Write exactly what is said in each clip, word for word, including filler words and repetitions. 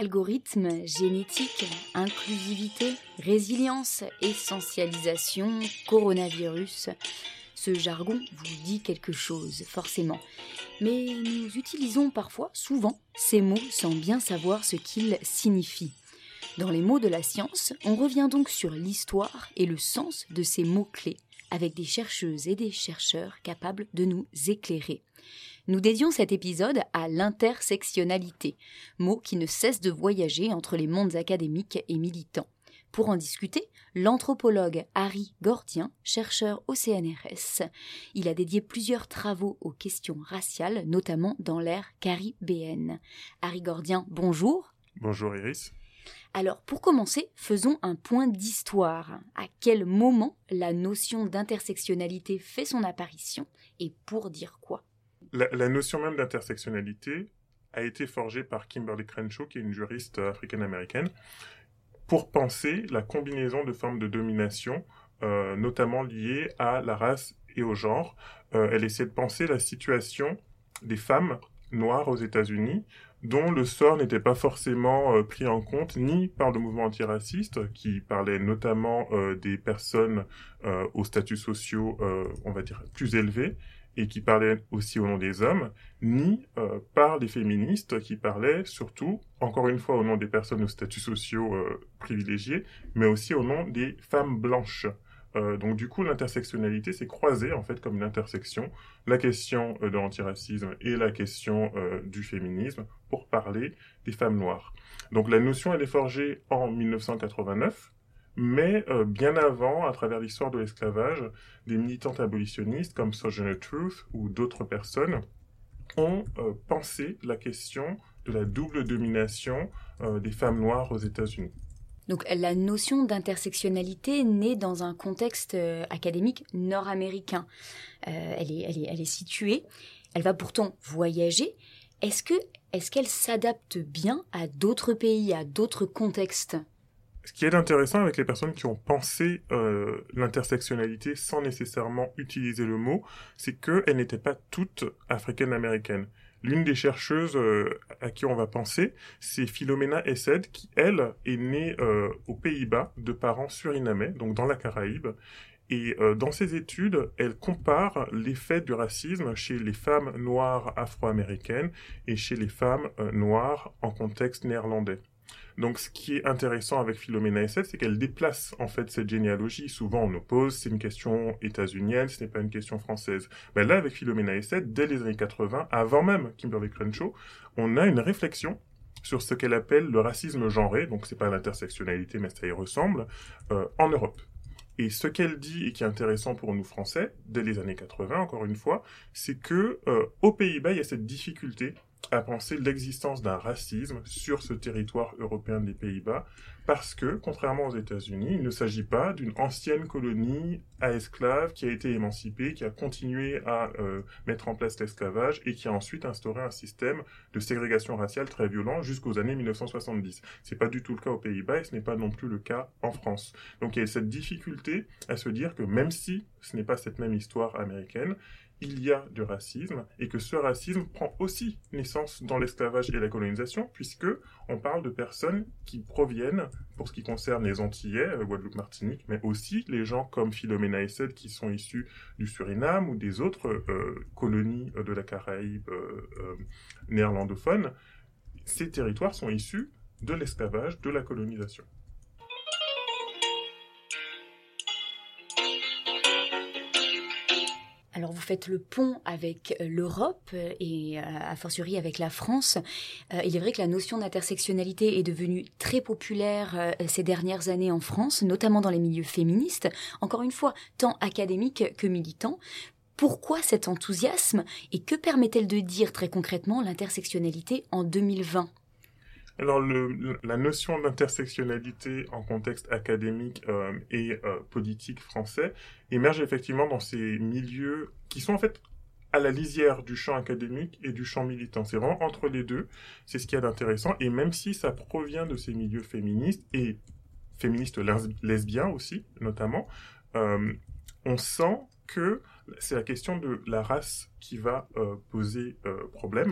Algorithmes, génétique, inclusivité, résilience, essentialisation, coronavirus. Ce jargon vous dit quelque chose, forcément. Mais nous utilisons parfois, souvent, ces mots sans bien savoir ce qu'ils signifient. Dans les mots de la science, on revient donc sur l'histoire et le sens de ces mots-clés, avec des chercheuses et des chercheurs capables de nous éclairer. Nous dédions cet épisode à l'intersectionnalité, mot qui ne cesse de voyager entre les mondes académiques et militants. Pour en discuter, l'anthropologue Harry Gordien, chercheur au C N R S. Il a dédié plusieurs travaux aux questions raciales, notamment dans l'ère caribéenne. Harry Gordien, bonjour. Bonjour Iris. Alors, pour commencer, faisons un point d'histoire. À quel moment la notion d'intersectionnalité fait son apparition et pour dire quoi ? La, la notion même d'intersectionnalité a été forgée par Kimberlé Crenshaw, qui est une juriste africaine-américaine, pour penser la combinaison de formes de domination, euh, notamment liées à la race et au genre. Euh, elle essaie de penser la situation des femmes noires aux États-Unis, dont le sort n'était pas forcément euh, pris en compte ni par le mouvement antiraciste, qui parlait notamment euh, des personnes euh, aux statuts sociaux, euh, on va dire, plus élevés, et qui parlait aussi au nom des hommes, ni euh, par les féministes qui parlaient surtout, encore une fois, au nom des personnes aux statuts sociaux euh, privilégiés, mais aussi au nom des femmes blanches. Euh, donc du coup, l'intersectionnalité s'est croisée en fait comme une intersection, la question euh, de l'antiracisme et la question euh, du féminisme pour parler des femmes noires. Donc la notion elle est forgée en dix-neuf cent quatre-vingt-neuf, mais euh, bien avant, à travers l'histoire de l'esclavage, des militantes abolitionnistes comme Sojourner Truth ou d'autres personnes ont euh, pensé la question de la double domination euh, des femmes noires aux États-Unis. Donc la notion d'intersectionnalité naît dans un contexte euh, académique nord-américain. Euh, elle est, elle est, elle est située, elle va pourtant voyager. Est-ce que, est-ce qu'elle s'adapte bien à d'autres pays, à d'autres contextes ? Ce qui est intéressant avec les personnes qui ont pensé euh, l'intersectionnalité sans nécessairement utiliser le mot, c'est qu'elles n'étaient pas toutes africaines-américaines. L'une des chercheuses euh, à qui on va penser, c'est Philomena Essed, qui, elle, est née euh, aux Pays-Bas de parents surinamais, donc dans la Caraïbe. Et euh, dans ses études, elle compare l'effet du racisme chez les femmes noires afro-américaines et chez les femmes euh, noires en contexte néerlandais. Donc, ce qui est intéressant avec Philomena Essed, c'est qu'elle déplace en fait cette généalogie. Souvent, on oppose, c'est une question états-unienne, ce n'est pas une question française. Mais là, avec Philomena Essed, dès les années quatre-vingts, avant même Kimberlé Crenshaw, on a une réflexion sur ce qu'elle appelle le racisme genré, donc c'est pas l'intersectionnalité, mais ça y ressemble, euh, en Europe. Et ce qu'elle dit, et qui est intéressant pour nous Français, dès les années quatre-vingts, encore une fois, c'est que euh, aux Pays-Bas, il y a cette difficulté à penser l'existence d'un racisme sur ce territoire européen des Pays-Bas, parce que, contrairement aux États-Unis, il ne s'agit pas d'une ancienne colonie à esclaves qui a été émancipée, qui a continué à euh, mettre en place l'esclavage et qui a ensuite instauré un système de ségrégation raciale très violent jusqu'aux années mille neuf cent soixante-dix. C'est pas du tout le cas aux Pays-Bas et ce n'est pas non plus le cas en France. Donc il y a cette difficulté à se dire que même si ce n'est pas cette même histoire américaine, il y a du racisme, et que ce racisme prend aussi naissance dans l'esclavage et la colonisation, puisque on parle de personnes qui proviennent, pour ce qui concerne les Antillais, euh, Guadeloupe, Martinique, mais aussi les gens comme Philomena Essed qui sont issus du Suriname ou des autres euh, colonies de la Caraïbe euh, euh, néerlandophones. Ces territoires sont issus de l'esclavage, de la colonisation. Alors vous faites le pont avec l'Europe et euh, a fortiori avec la France. Euh, il est vrai que la notion d'intersectionnalité est devenue très populaire euh, ces dernières années en France, notamment dans les milieux féministes, encore une fois, tant académiques que militants. Pourquoi cet enthousiasme et que permet-elle de dire très concrètement l'intersectionnalité en deux mille vingt ? Alors, le, la notion d'intersectionnalité en contexte académique euh, et euh, politique français émerge effectivement dans ces milieux qui sont en fait à la lisière du champ académique et du champ militant. C'est vraiment entre les deux, c'est ce qu'il y a d'intéressant. Et même si ça provient de ces milieux féministes et féministes lesbiens aussi, notamment, euh, on sent que c'est la question de la race qui va euh, poser euh, problème,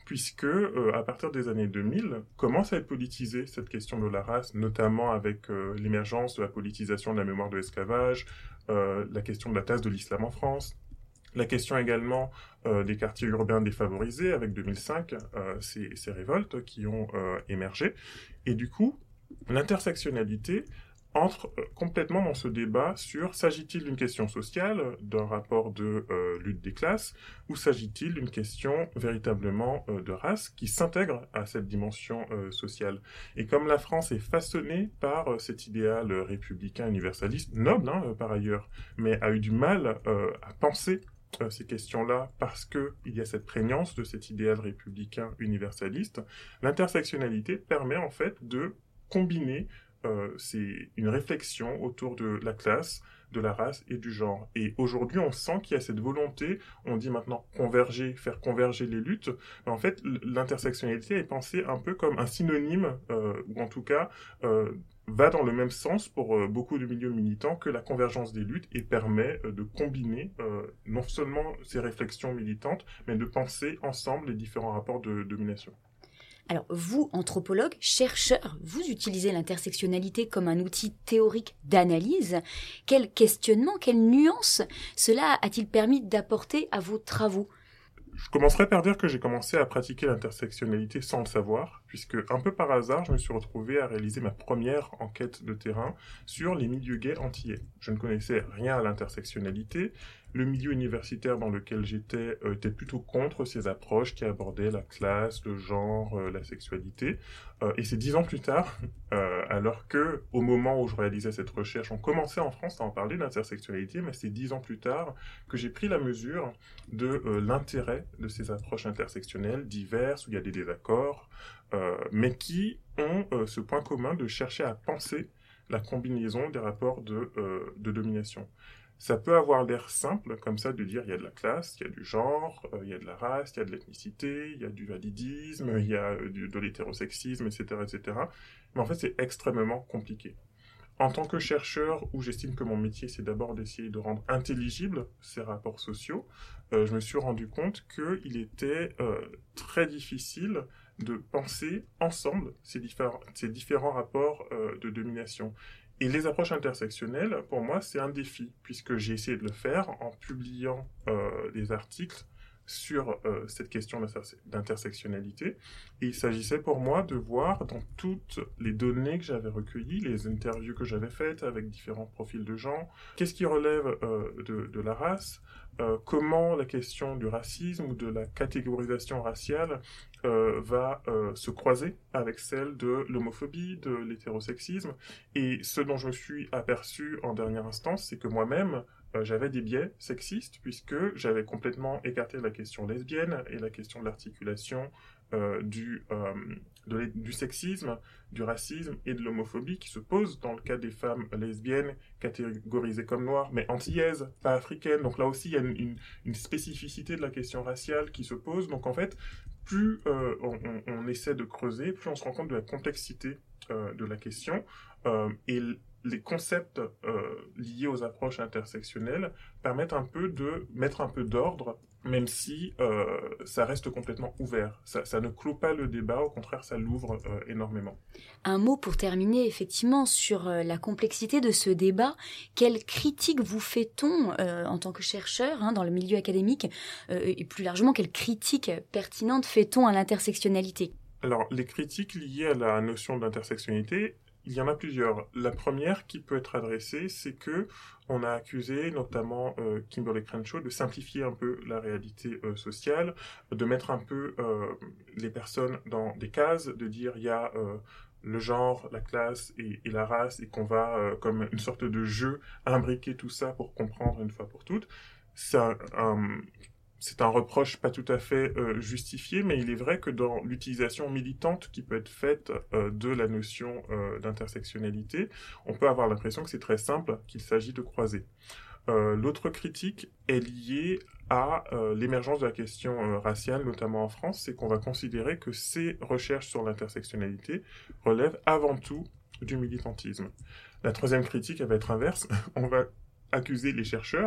puisque euh, à partir des années deux mille, commence à être politisée cette question de la race, notamment avec euh, l'émergence de la politisation de la mémoire de l'esclavage, euh, la question de la place de l'islam en France, la question également euh, des quartiers urbains défavorisés avec deux mille cinq, euh, ces, ces révoltes qui ont euh, émergé. Et du coup, l'intersectionnalité entre euh, complètement dans ce débat sur s'agit-il d'une question sociale, d'un rapport de euh, lutte des classes, ou s'agit-il d'une question véritablement euh, de race qui s'intègre à cette dimension euh, sociale. Et comme la France est façonnée par euh, cet idéal euh, républicain universaliste, noble hein, euh, par ailleurs, mais a eu du mal euh, à penser Euh, ces questions-là parce qu'il y a cette prégnance de cet idéal républicain universaliste, l'intersectionnalité permet en fait de combiner euh, c'est une réflexion autour de la classe, de la race et du genre. Et aujourd'hui, on sent qu'il y a cette volonté, on dit maintenant converger, faire converger les luttes, mais en fait, l'intersectionnalité est pensée un peu comme un synonyme, euh, ou en tout cas, euh, va dans le même sens pour euh, beaucoup de milieux militants que la convergence des luttes et permet euh, de combiner euh, non seulement ces réflexions militantes, mais de penser ensemble les différents rapports de domination. Alors vous, anthropologue, chercheur, vous utilisez l'intersectionnalité comme un outil théorique d'analyse. Quel questionnement, quelle nuance cela a-t-il permis d'apporter à vos travaux ? Je commencerai par dire que j'ai commencé à pratiquer l'intersectionnalité sans le savoir, puisque un peu par hasard, je me suis retrouvé à réaliser ma première enquête de terrain sur les milieux gays antillais. Je ne connaissais rien à l'intersectionnalité. Le milieu universitaire dans lequel j'étais euh, était plutôt contre ces approches qui abordaient la classe, le genre, euh, la sexualité. Euh, et c'est dix ans plus tard, euh, alors que au moment où je réalisais cette recherche, on commençait en France à en parler d'intersectionnalité, mais c'est dix ans plus tard que j'ai pris la mesure de euh, l'intérêt de ces approches intersectionnelles diverses, où il y a des désaccords, euh, mais qui ont euh, ce point commun de chercher à penser la combinaison des rapports de, euh, de domination. Ça peut avoir l'air simple, comme ça, de dire il y a de la classe, il y a du genre, euh, il y a de la race, il y a de l'ethnicité, il y a du validisme, il y a euh, du, de l'hétérosexisme, et cetera, et cetera. Mais en fait, c'est extrêmement compliqué. En tant que chercheur, où j'estime que mon métier, c'est d'abord d'essayer de rendre intelligibles ces rapports sociaux, euh, je me suis rendu compte qu'il était euh, très difficile de penser ensemble ces différents, ces différents rapports euh, de domination. Et les approches intersectionnelles, pour moi, c'est un défi, puisque j'ai essayé de le faire en publiant euh, des articles sur euh, cette question d'intersectionnalité. Et il s'agissait pour moi de voir dans toutes les données que j'avais recueillies, les interviews que j'avais faites avec différents profils de gens, qu'est-ce qui relève euh, de, de la race, euh, comment la question du racisme ou de la catégorisation raciale euh, va euh, se croiser avec celle de l'homophobie, de l'hétérosexisme. Et ce dont je me suis aperçu en dernière instance, c'est que moi-même, Euh, j'avais des biais sexistes puisque j'avais complètement écarté la question lesbienne et la question de l'articulation euh, du, euh, de, du sexisme, du racisme et de l'homophobie qui se posent dans le cas des femmes lesbiennes catégorisées comme noires, mais antillaises, pas africaines. Donc là aussi, il y a une, une, une spécificité de la question raciale qui se pose. Donc en fait, plus euh, on, on, on essaie de creuser, plus on se rend compte de la complexité euh, de la question. Euh, et les concepts euh, liés aux approches intersectionnelles permettent un peu de mettre un peu d'ordre, même si euh, ça reste complètement ouvert. Ça, ça ne clôt pas le débat, au contraire, ça l'ouvre euh, énormément. Un mot pour terminer, effectivement, sur euh, la complexité de ce débat. Quelle critique vous fait-on euh, en tant que chercheur hein, dans le milieu académique euh, et plus largement, quelle critique pertinente fait-on à l'intersectionnalité ? Alors, les critiques liées à la notion d'intersectionnalité, il y en a plusieurs. La première qui peut être adressée, c'est que on a accusé notamment euh, Kimberlé Crenshaw de simplifier un peu la réalité euh, sociale, de mettre un peu euh, les personnes dans des cases, de dire il y a euh, le genre, la classe et, et la race, et qu'on va, euh, comme une sorte de jeu, imbriquer tout ça pour comprendre une fois pour toutes. C'est un, un C'est un reproche pas tout à fait euh, justifié, mais il est vrai que dans l'utilisation militante qui peut être faite euh, de la notion euh, d'intersectionnalité, on peut avoir l'impression que c'est très simple, qu'il s'agit de croiser. Euh, l'autre critique est liée à euh, l'émergence de la question euh, raciale, notamment en France, c'est qu'on va considérer que ces recherches sur l'intersectionnalité relèvent avant tout du militantisme. La troisième critique, elle va être inverse. On va accuser les chercheurs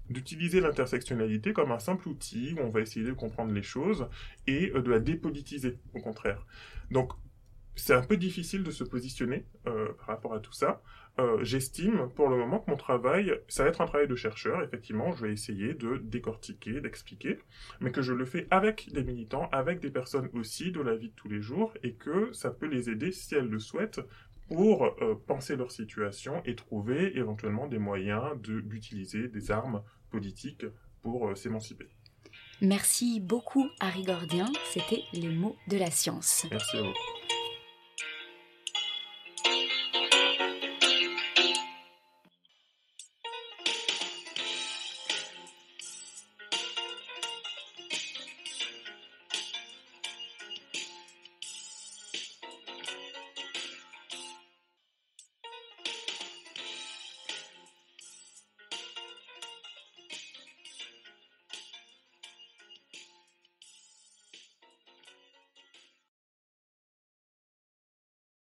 d'utiliser l'intersectionnalité comme un simple outil où on va essayer de comprendre les choses et euh, de la dépolitiser, au contraire. Donc, c'est un peu difficile de se positionner euh, par rapport à tout ça. Euh, j'estime pour le moment que mon travail, ça va être un travail de chercheur, effectivement, je vais essayer de décortiquer, d'expliquer, mais que je le fais avec des militants, avec des personnes aussi de la vie de tous les jours, et que ça peut les aider, si elles le souhaitent, pour euh, penser leur situation et trouver éventuellement des moyens de, d'utiliser des armes politiques pour euh, s'émanciper. Merci beaucoup Harry Gordien, c'était les mots de la science. Merci à vous.